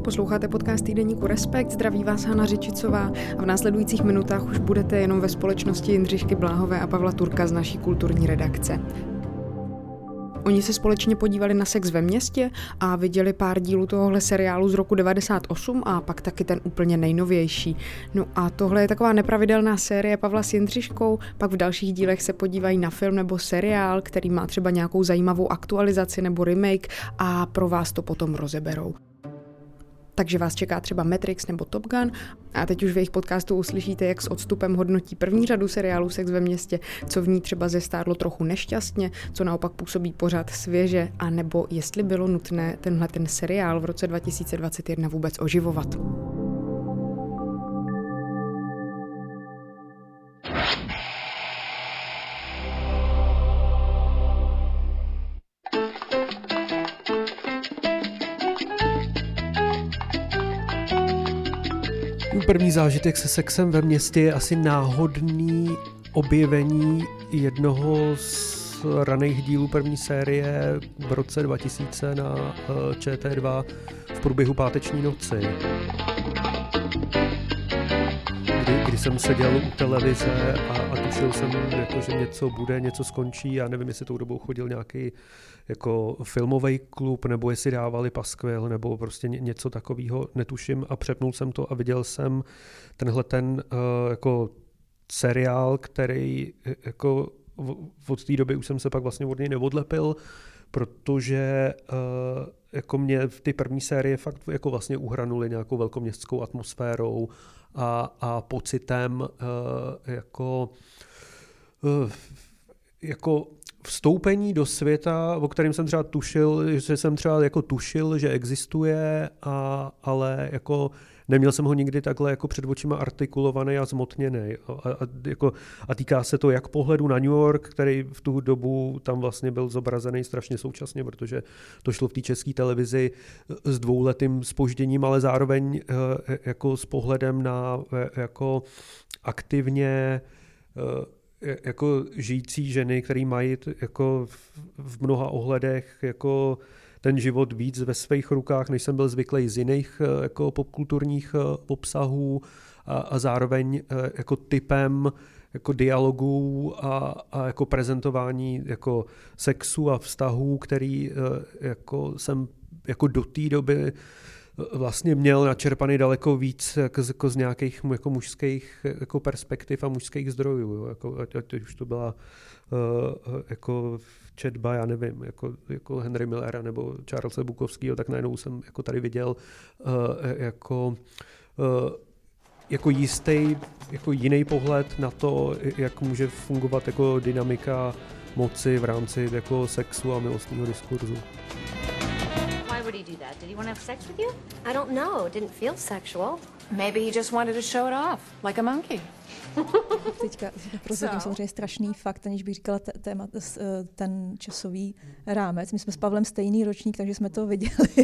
Posloucháte podcast týdeníku Respekt, zdraví vás Hana Řičicová a v následujících minutách už budete jenom ve společnosti Jindřišky Bláhové a Pavla Turka z naší kulturní redakce. Oni se společně podívali na Sex ve městě a viděli pár dílů tohohle seriálu z roku 98 a pak taky ten úplně nejnovější. No a tohle je taková nepravidelná série Pavla s Jindřiškou, pak v dalších dílech se podívají na film nebo seriál, který má třeba nějakou zajímavou aktualizaci nebo remake a pro vás to potom rozeberou. Takže vás čeká třeba Matrix nebo Top Gun a teď už v jejich podcastu uslyšíte, jak s odstupem hodnotí první řadu seriálu Sex ve městě, co v ní třeba zestárlo trochu nešťastně, co naopak působí pořád svěže, a nebo jestli bylo nutné tenhle seriál v roce 2021 vůbec oživovat. První zážitek se sexem ve městě je asi náhodný objevení jednoho z raných dílů první série v roce 2000 na ČT2 v průběhu páteční noci. Kdy jsem seděl u televize a tušil jsem, jako, že něco bude, něco skončí. Já nevím, jestli tou dobou chodil nějaký jako filmový klub, nebo jestli dávali Paskvil, nebo prostě něco takového, netuším, a přepnul jsem to a viděl jsem tenhle jako seriál, který jako od té doby už jsem se pak vlastně od něj neodlepil, protože jako mě v ty první série fakt jako vlastně uhranuli nějakou velkoměstskou atmosférou a pocitem jako vstoupení do světa, o kterém jsem třeba tušil, že existuje, ale jako neměl jsem ho nikdy takhle jako před očima artikulovaný a zmotněný. A týká se to jak pohledu na New York, který v tu dobu tam vlastně byl zobrazený strašně současně, protože to šlo v té české televizi s 2letým zpožděním, ale zároveň jako s pohledem na jako aktivně jako žijící ženy, které mají jako v mnoha ohledech jako ten život víc ve svých rukách, než jsem byl zvyklý z jiných jako popkulturních obsahů a zároveň jako typem jako dialogů a jako prezentování jako sexu a vztahů, který jako jsem jako do té doby vlastně měl načerpaný daleko víc jako z nějakých jako mužských jako perspektiv a mužských zdrojů. Jo. Ať už to byla jako četba, já nevím, jako Henry Millera nebo Charlesa Bukowského, tak najednou jsem jako tady viděl jako jistý, jako jiný pohled na to, jak může fungovat jako dynamika moci v rámci jako sexu a milostného diskurzu. Why would he do that? Did he want to have sex with you? I don't know. It didn't feel sexual. Maybe he just wanted to show it off, like a monkey. Teďka prozradím samozřejmě strašný fakt, aniž bych říkala ten časový rámec. My jsme s Pavlem stejný ročník, takže jsme to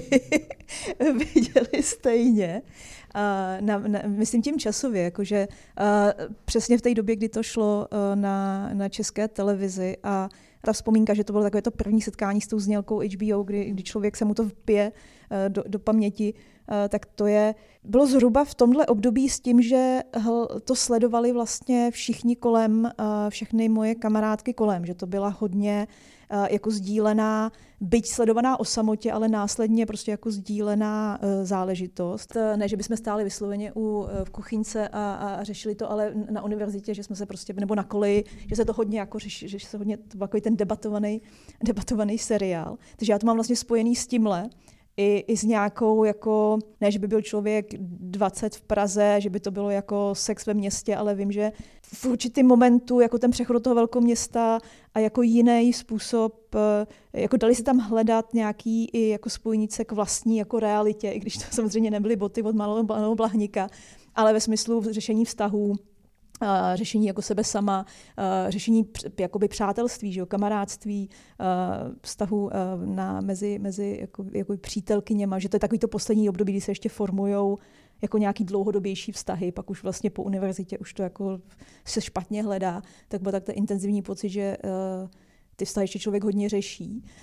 viděli stejně. Myslím tím časově, jakože přesně v té době, kdy to šlo na české televizi a ta vzpomínka, že to bylo takové to první setkání s tou znělkou HBO, kdy člověk se mu to vpije do paměti, tak to bylo zhruba v tomhle období s tím, že to sledovali vlastně všichni kolem, všechny moje kamarádky kolem, že to byla hodně jako sdílená, byť sledovaná o samotě, ale následně prostě jako sdílená záležitost. Ne, že bychom stáli vysloveně v kuchyňce a řešili to, ale na univerzitě, že jsme se prostě, nebo na koleji, že se to hodně jako řeší, že se hodně takový ten debatovaný seriál. Takže já to mám vlastně spojený s tímhle, i s nějakou, jako, ne, že by byl člověk 20 v Praze, že by to bylo jako Sex ve městě, ale vím, že v určitém momentu jako ten přechod do toho velkoměsta a jako jiný způsob, jako dali se tam hledat nějaký i jako spojnice k vlastní jako realitě, i když to samozřejmě nebyly boty od malého Blahníka, ale ve smyslu řešení vztahů, řešení jako sebe sama, řešení jakoby přátelství, že jo, kamarádství, vztahu mezi jako přítelkyněma, že to je takový to poslední období, kdy se ještě formujou jako nějaký dlouhodobější vztahy, pak už vlastně po univerzitě už to jako se špatně hledá, tak byl tak ten intenzivní pocit, že ty vztahy ještě člověk hodně řeší.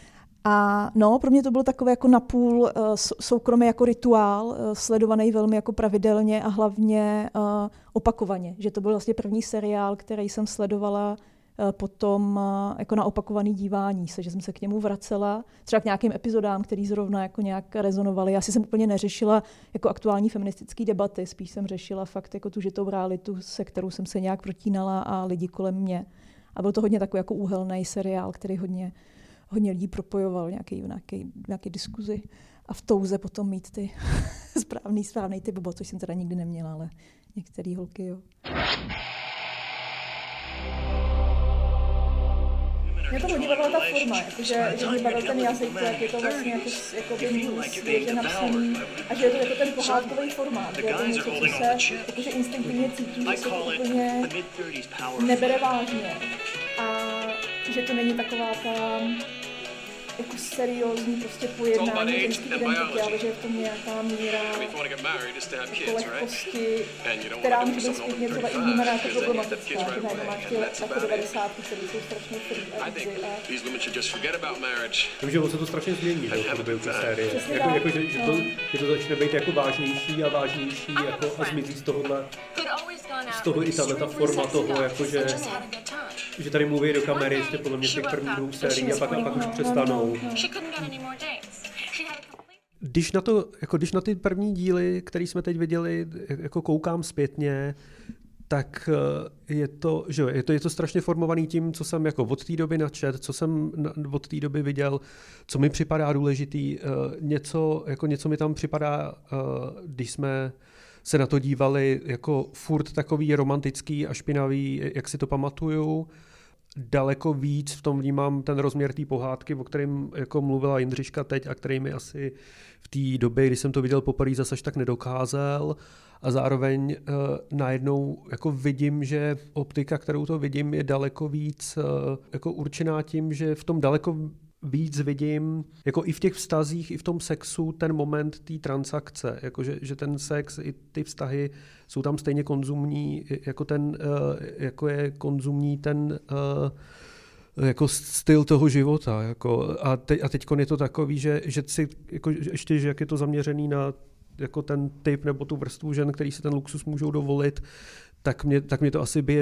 A no, pro mě to bylo takové jako napůl soukromý jako rituál, sledovaný velmi jako pravidelně a hlavně opakovaně. Že to byl vlastně první seriál, který jsem sledovala potom jako na opakovaný dívání se, že jsem se k němu vracela, třeba k nějakým epizodám, který zrovna jako nějak rezonovaly. Já si jsem úplně neřešila jako aktuální feministické debaty, spíš jsem řešila fakt jako tu žitou realitu, se kterou jsem se nějak protínala a lidi kolem mě. A byl to hodně takový jako úhelný seriál, který hodně lidí propojoval nějaký diskuzi a v touze potom mít ty správný typ, což jsem teda nikdy neměla, ale některý holky, jo. Mě to hodně bavila ta forma, že mě bavil ten jazyk, jak je to vlastně jako svěže napsaný a že je to jako ten pohádkový formát, že je to něco, co se jakože instinktivně cítí, že se to úplně nebere vážně a že to není taková ta jako seriózní prostě pojednání ženský identity, ale že je v tom nějaká míra jako lehkosti, která může být zpětně třeba i vnímaná jako problematická, že najednou máš ty jako 90, které jsou strašně free a easy Takže on se to strašně změní v průběhu té série. Že to začne být jako vážnější a vážnější jako a zmizí z toho i ta forma toho, jakože že tady mluví do kamery ještě podle mě těch prvních 2 sérií a pak už přestanou. Když na ty první díly, které jsme teď viděli, jako koukám zpětně, tak je to strašně formovaný tím, co jsem jako od té doby načet, co jsem od té doby viděl, co mi připadá důležitý, něco mi tam připadá, když jsme se na to dívali jako furt takový romantický a špinavý, jak si to pamatuju. Daleko víc v tom vnímám ten rozměr té pohádky, o kterém jako mluvila Jindřiška teď a který mi asi v té době, kdy jsem to viděl poprvé, zase až tak nedokázal. A zároveň najednou jako vidím, že optika, kterou to vidím, je daleko víc jako určená tím, že v tom daleko víc vidím, jako i v těch vztazích, i v tom sexu, ten moment té transakce, že ten sex i ty vztahy jsou tam stejně konzumní, jako je konzumní ten jako styl toho života. A teď je to takový, že si, jako ještě, že jak je to zaměřený na jako ten typ nebo tu vrstvu žen, který si ten luxus můžou dovolit, tak mě to asi bije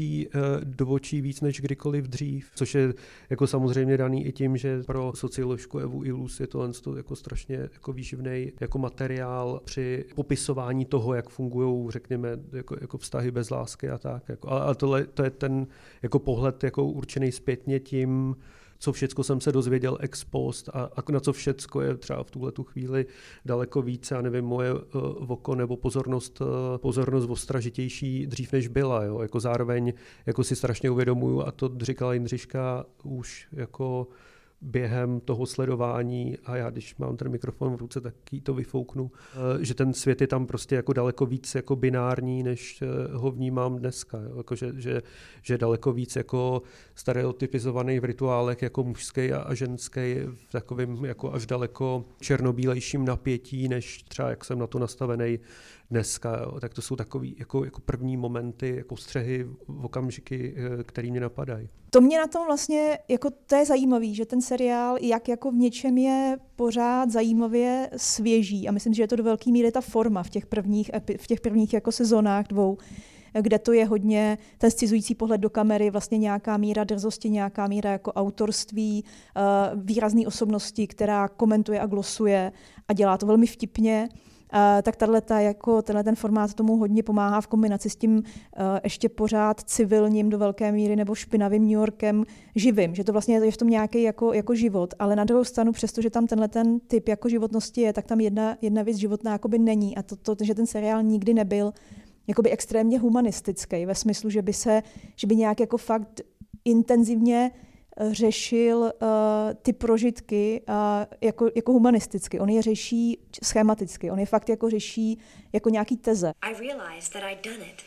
do očí víc než kdykoliv dřív, což je jako samozřejmě daný i tím, že pro socioložku Evu Ilus je to jako strašně jako výživný jako materiál při popisování toho, jak fungují, řekněme, jako vztahy bez lásky a tak. A to je ten jako pohled jako určený zpětně tím, co všecko jsem se dozvěděl ex post a na co všecko je třeba v tuhletu chvíli daleko více, a nevím, moje oko nebo pozornost ostražitější dřív než byla. Jo? Jako zároveň jako si strašně uvědomuju, a to říkala Jindřiška už jako během toho sledování, a já když mám ten mikrofon v ruce, tak to vyfouknu, že ten svět je tam prostě jako daleko víc jako binární, než ho vnímám dneska. Jako že daleko víc jako stereotypizovaný v rituálech jako mužský a ženský v takovém jako až daleko černobílejším napětí, než třeba jak jsem na to nastavený dneska. Jo. Tak to jsou takový jako první momenty, jako střehy, okamžiky, které mě napadají. To mě na tom vlastně, jako to je zajímavý, že ten seriál jak jako v něčem je pořád zajímavě svěží a myslím, že je to do velké míry ta forma v těch prvních jako sezónách 2, kde to je hodně ten scizující pohled do kamery, vlastně nějaká míra drzosti, nějaká míra jako autorství, výrazný osobnosti, která komentuje a glosuje a dělá to velmi vtipně. Tak tenhle ten formát tomu hodně pomáhá v kombinaci s tím ještě pořád civilním do velké míry nebo špinavým New Yorkem živým, že to vlastně je v tom nějaký jako život, ale na druhou stranu, přestože tam tenhle ten typ jako životnosti je, tak tam jedna věc životná jakoby není a to, že ten seriál nikdy nebyl jakoby extrémně humanistický ve smyslu, že by nějak jako fakt intenzivně řešil ty prožitky jako humanisticky. On je řeší schematicky. On je fakt jako řeší jako nějaký teze. I realized that I'd done it.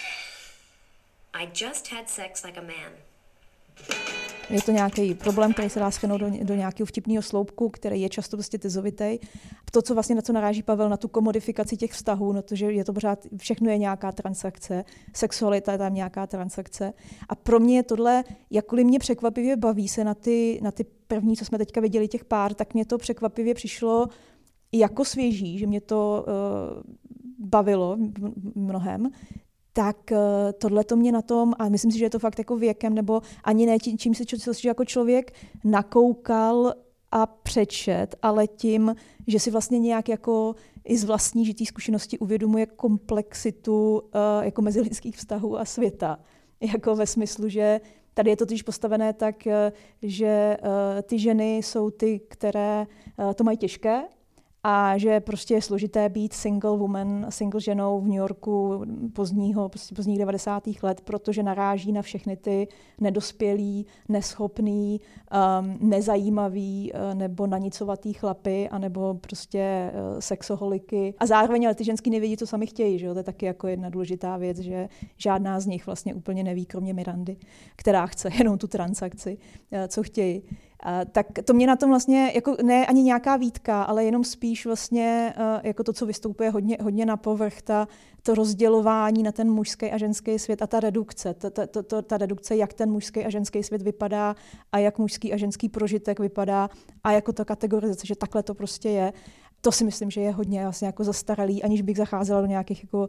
I just had sex like a man. Je to nějaký problém, který se dá shrnout do nějakého vtipného sloupku, který je často prostě tezovitý. To, co vlastně na co naráží Pavel, na tu komodifikaci těch vztahů, no to, že je to pořád, všechno je nějaká transakce, sexualita je tam nějaká transakce. A pro mě je tohle, jakkoliv mě překvapivě baví se na ty první, co jsme teďka viděli těch pár, tak mě to překvapivě přišlo jako svěží, že mě to bavilo mnohem. Tak tohle to mě na tom, a myslím si, že je to fakt jako věkem, nebo ani ne čím se jako člověk nakoukal a přečet, ale tím, že si vlastně nějak jako i z vlastní žitý zkušenosti uvědomuje komplexitu jako mezilidských vztahů a světa. Jako ve smyslu, že tady je to totiž postavené tak, že ty ženy jsou ty, které to mají těžké, a že prostě je složité být single woman, single ženou v New Yorku pozdních 90. let, protože naráží na všechny ty nedospělý, neschopný, nezajímavý nebo nanicovatý chlapy, anebo prostě sexoholiky. A zároveň ale ty ženský nevědí, co sami chtějí. Že jo? To je taky jako jedna důležitá věc, že žádná z nich vlastně úplně neví, kromě Mirandy, která chce jenom tu transakci, co chtějí. Tak to mě na tom vlastně, jako ne ani nějaká výtka, ale jenom spíš vlastně jako to, co vystupuje hodně na povrch, to rozdělování na ten mužský a ženský svět a ta redukce. Ta redukce, jak ten mužský a ženský svět vypadá a jak mužský a ženský prožitek vypadá a jako ta kategorizace, že takhle to prostě je. To si myslím, že je hodně vlastně jako zastaralý, aniž bych zacházela do nějakých jako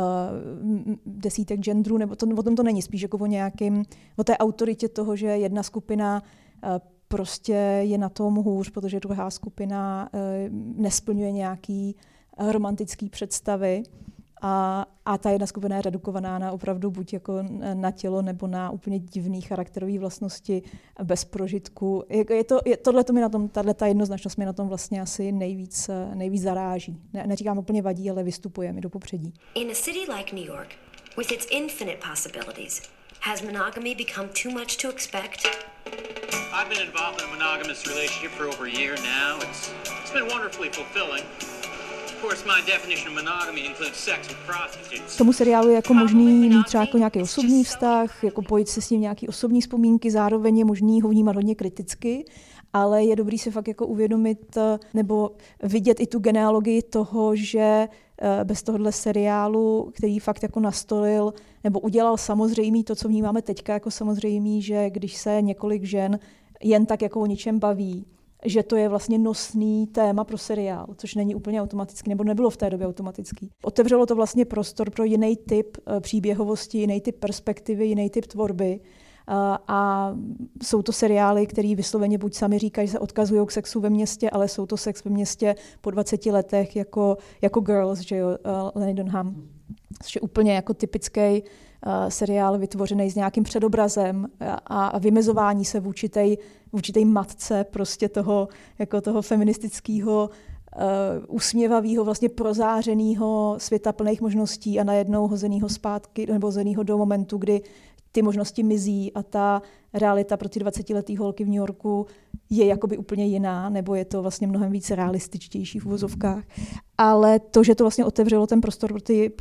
desítek genderů, nebo o tom to není, spíš jako o té autoritě toho, že jedna skupina prostě je na tom hůř, protože druhá skupina nesplňuje nějaký romantický představy a ta jedna skupina je redukovaná na opravdu buď jako na tělo nebo na úplně divné charakterové vlastnosti bez prožitku. Tohle to mi na tom, tato jednoznačnost mi na tom vlastně asi nejvíc zaráží. Neříkám úplně vadí, ale vystupuje mi do popředí. In a city like New York, with its infinite possibilities, has monogamy become too much to expect? I've been involved in a monogamous relationship for over a year now. It's been wonderfully fulfilling. Of course, my definition of monogamy includes sex with prostitutes. Tomu seriálu je jako možný mít třeba jako nějaký osobní vztah, jako pojít se s ním nějaký osobní vzpomínky, zároveň je možný ho vnímat hodně kriticky, ale je dobrý si fakt jako uvědomit nebo vidět i tu genealogii toho, že bez tohohle seriálu, který fakt jako nastolil nebo udělal samozřejmý to, co vnímáme teďka jako samozřejmý, že když se několik žen jen tak jako o ničem baví, že to je vlastně nosný téma pro seriál, což není úplně automaticky, nebo nebylo v té době automatický. Otevřelo to vlastně prostor pro jiný typ příběhovosti, jiný typ perspektivy, jiný typ tvorby. A jsou to seriály, které vysloveně buď sami říkají, že se odkazují k sexu ve městě, ale jsou to sex ve městě po 20 letech jako Girls, že jo, Leni Dunham. Což je úplně jako typický seriál vytvořený s nějakým předobrazem a vymezování se vůči té matce prostě toho feministického usměvavého, vlastně prozářeného světa plných možností a najednou hozenýho zpátky nebo hozenýho do momentu, kdy ty možnosti mizí a ta realita pro ty 20letý holky v New Yorku je jakoby úplně jiná, nebo je to vlastně mnohem víc realističtější v uvozovkách. Ale to, že to vlastně otevřelo ten prostor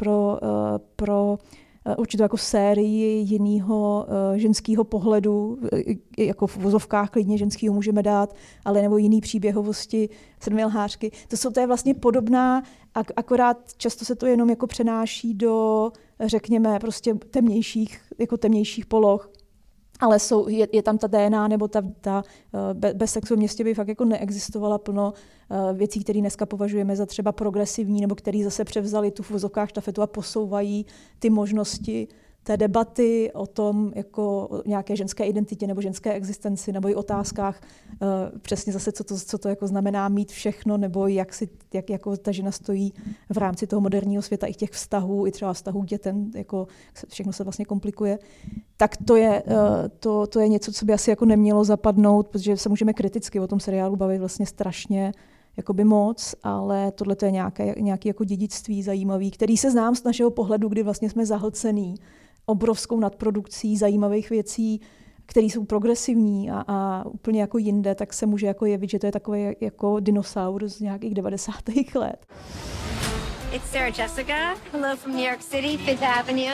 pro určitou jako sérii jiného ženského pohledu, jako v uvozovkách klidně ženského můžeme dát, ale nebo jiný příběhovosti, sedmilhářky. To je vlastně podobná, akorát často se to jenom jako přenáší do, řekněme, prostě temnějších poloh. Ale je tam ta DNA, nebo bez sexu v městě by fakt jako neexistovala plno věcí, které dneska považujeme za třeba progresivní, nebo které zase převzali tu v uvozovkách štafetu a posouvají ty možnosti té debaty o tom, jako o nějaké ženské identitě nebo ženské existenci, nebo i otázkách přesně zase, co to jako znamená mít všechno, nebo jak jako ta žena stojí v rámci toho moderního světa i těch vztahů, i třeba vztahů k dětem, jako všechno se vlastně komplikuje. Tak to je něco, co by asi jako nemělo zapadnout, protože se můžeme kriticky o tom seriálu bavit vlastně strašně jakoby moc, ale tohle to je nějaké jako dědictví zajímavý, který se znám z našeho pohledu, kdy vlastně jsme zahlcený obrovskou nadprodukcí zajímavých věcí, které jsou progresivní a úplně jako jinde, tak se může jako jevit, že to je takový jako dinosaur z nějakých 90. let. It's Sarah Jessica. Hello from New York City, Fifth Avenue.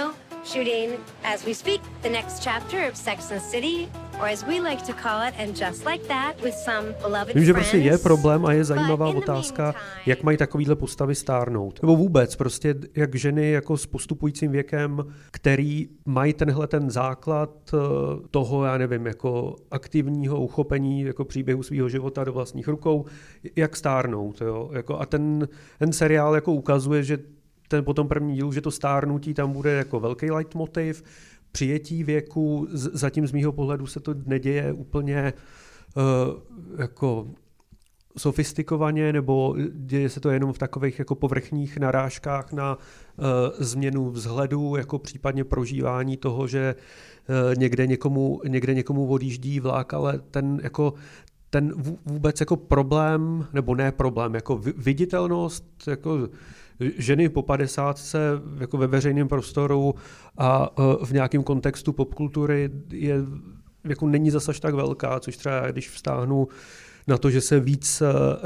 Shooting, as we speak, the next chapter of Sex and the City, or as we like to call it, and just like that, with some beloved Vím, že friends. prostě je problém a je zajímavá But in the otázka, meantime- jak mají takovýhle postavy stárnout. Nebo vůbec prostě, jak ženy jako s postupujícím věkem, který mají tenhle ten základ toho, já nevím, jako aktivního uchopení jako příběhu svého života do vlastních rukou, jak stárnout. Jo? Jako, a ten seriál jako ukazuje, že po tom první dílu, že to stárnutí tam bude jako velký leitmotiv, přijetí věku, zatím z mýho pohledu se to neděje úplně jako sofistikovaně, nebo děje se to jenom v takových jako povrchních narážkách na změnu vzhledu, jako případně prožívání toho, že někde někomu odjíždí vlak, ale ten vůbec jako problém, nebo ne problém, jako viditelnost, jako ženy po 50 jako ve veřejném prostoru a v nějakém kontextu popkultury jako není zas až tak velká, což třeba když vztáhnu na to, že se víc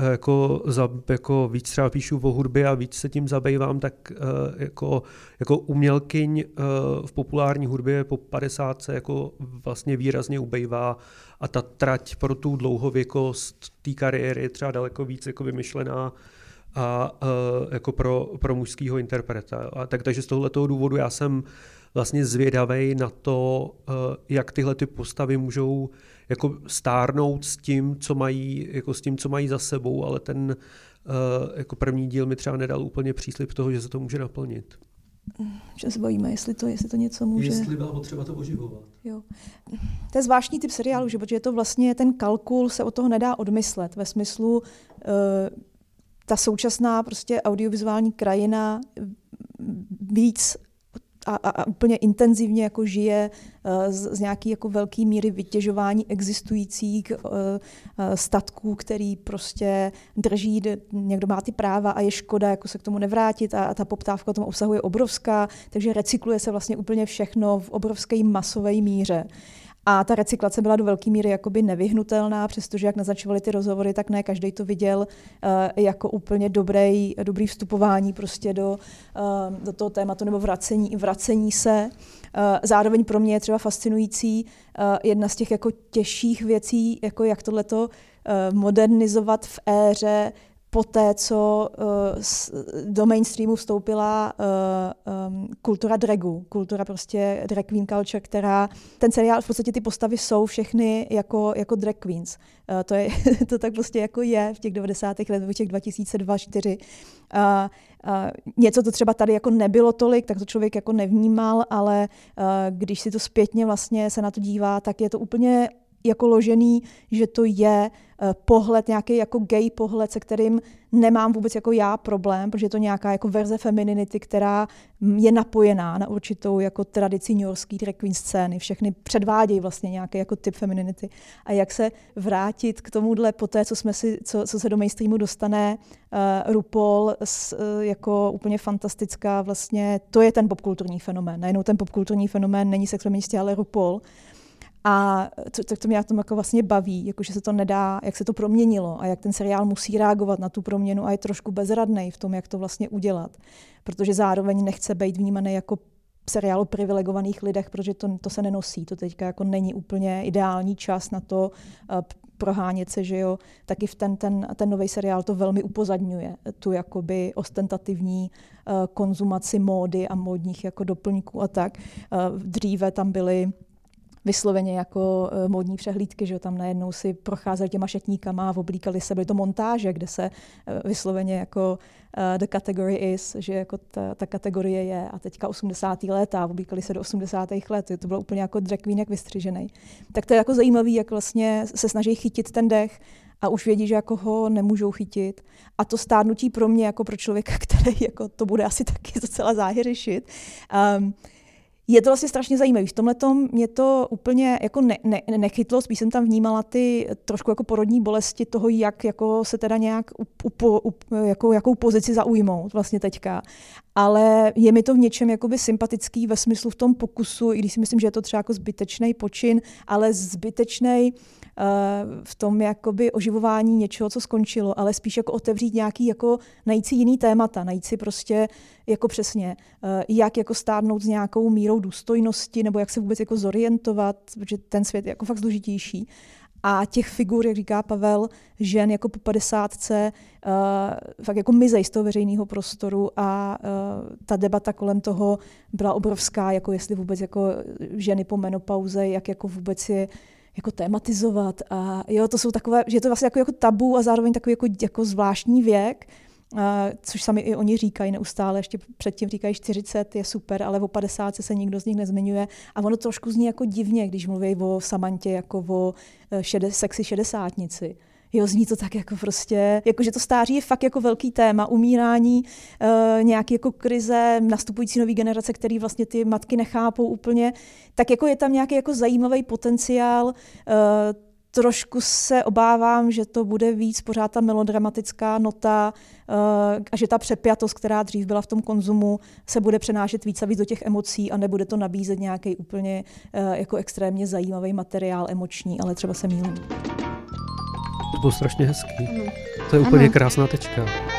víc třeba píšu o hudbě a víc se tím zabývám, tak jako umělkyň v populární hudbě po 50 jako vlastně výrazně ubejvá a ta trať pro tu dlouhověkost té kariéry je třeba daleko víc jako vymyšlená a jako pro mužského interpreta. Takže z tohoto důvodu já jsem vlastně zvědavej na to, jak tyhle ty postavy můžou jako stárnout s tím, co mají za sebou, ale ten jako první díl mi třeba nedal úplně příslib toho, že se to může naplnit. Že se bojíme, jestli to něco může... Jestli byla potřeba to oživovat. Jo. To je zvláštní typ seriálu, že? Protože je to vlastně ten kalkul se od toho nedá odmyslet. Ve smyslu ta současná prostě audiovizuální krajina víc a úplně intenzivně jako žije z nějaký jako velký míry vytěžování existujících statků, který prostě drží, někdo má ty práva a je škoda jako se k tomu nevrátit a ta poptávka tomu obsahu je obrovská, takže recykluje se vlastně úplně všechno v obrovské masové míře. A ta recyklace byla do velké míry jakoby nevyhnutelná, přestože jak naznačovaly ty rozhovory, tak ne každý to viděl jako úplně dobrý vstupování prostě do toho tématu nebo vracení se. Zároveň pro mě je třeba fascinující jedna z těch jako těžších věcí, jako jak tohleto modernizovat v éře poté, co do mainstreamu vstoupila kultura dragu, kultura prostě drag queen culture, která, ten seriál v podstatě ty postavy jsou všechny jako drag queens. To tak prostě jako je v těch 90. letech, v těch 2002-2004. Něco to třeba tady jako nebylo tolik, tak to člověk jako nevnímal, ale když si to zpětně vlastně se na to dívá, tak je to úplně jako ložený, že to je pohled, nějaký jako gay pohled, se kterým nemám vůbec jako já problém, protože je to nějaká jako verze femininity, která je napojená na určitou jako tradici newyorský drag queen scény. Všechny předvádějí vlastně nějaký jako typ femininity. A jak se vrátit k tomuhle po té, co se do mainstreamu dostane RuPaul, jako úplně fantastická vlastně, to je ten popkulturní fenomén. Najednou ten popkulturní fenomén není sex feministi, ale RuPaul. A to mě na tom jako vlastně baví, jako že se to nedá, jak se to proměnilo a jak ten seriál musí reagovat na tu proměnu a je trošku bezradnej v tom, jak to vlastně udělat. Protože zároveň nechce být vnímaný jako seriál o privilegovaných lidech, protože to se nenosí. To teďka jako není úplně ideální čas na to prohánět se, že jo. Taky ten nový seriál to velmi upozadňuje, tu jakoby ostentativní konzumaci módy a módních jako doplňků a tak. Dříve tam byly vysloveně jako módní přehlídky, že tam najednou si procházeli těma šatníkama a oblíkali se, byly to montáže, kde se vysloveně jako the category is, že jako ta kategorie je a teďka 80. léta, oblíkali se do 80. let, to bylo úplně jako drag queen jak vystřižený. Tak to je jako zajímavý, jak vlastně se snaží chytit ten dech a už vědí, že jako ho nemůžou chytit. A to stárnutí pro mě, jako pro člověka, který jako to bude asi taky docela záhy řešit, je to vlastně strašně zajímavé. V tomhletom mě to úplně jako nechytlo, spíš jsem tam vnímala ty trošku jako porodní bolesti toho, jak jako se teda nějak jakou pozici zaujmout vlastně teďka. Ale je mi to v něčem jakoby sympatický ve smyslu v tom pokusu, i když si myslím, že je to třeba jako zbytečný počin, ale zbytečný v tom jakoby oživování něčeho, co skončilo, ale spíš jako otevřít nějaký, jako najít si jiný témata, najít si prostě jako přesně, jak jako stárnout s nějakou mírou důstojnosti, nebo jak se vůbec jako zorientovat, protože ten svět je jako fakt složitější. A těch figur, jak říká Pavel, žen jako po 50 fakt jako mizej z toho veřejného prostoru a ta debata kolem toho byla obrovská, jako jestli vůbec jako ženy po menopauze, jak jako vůbec je jako tématizovat. A jo, to jsou takové, že je to vlastně jako tabu a zároveň takový jako zvláštní věk, což sami i oni říkají neustále, ještě předtím říkají 40 je super, ale o 50 se nikdo z nich nezmiňuje. A ono trošku zní jako divně, když mluví o Samantě jako o sexy šedesátnici. Jo, zní to tak jako prostě, jako že to stáří je fakt jako velký téma, umírání, nějaký jako krize, nastupující nový generace, který vlastně ty matky nechápou úplně, tak jako je tam nějaký jako zajímavý potenciál. Trošku se obávám, že to bude víc pořád ta melodramatická nota a že ta přepjatost, která dřív byla v tom konzumu, se bude přenášet víc a víc do těch emocí a nebude to nabízet nějaký úplně jako extrémně zajímavý materiál emoční, ale třeba se mýlím. To bylo strašně hezký. To je úplně krásná tečka.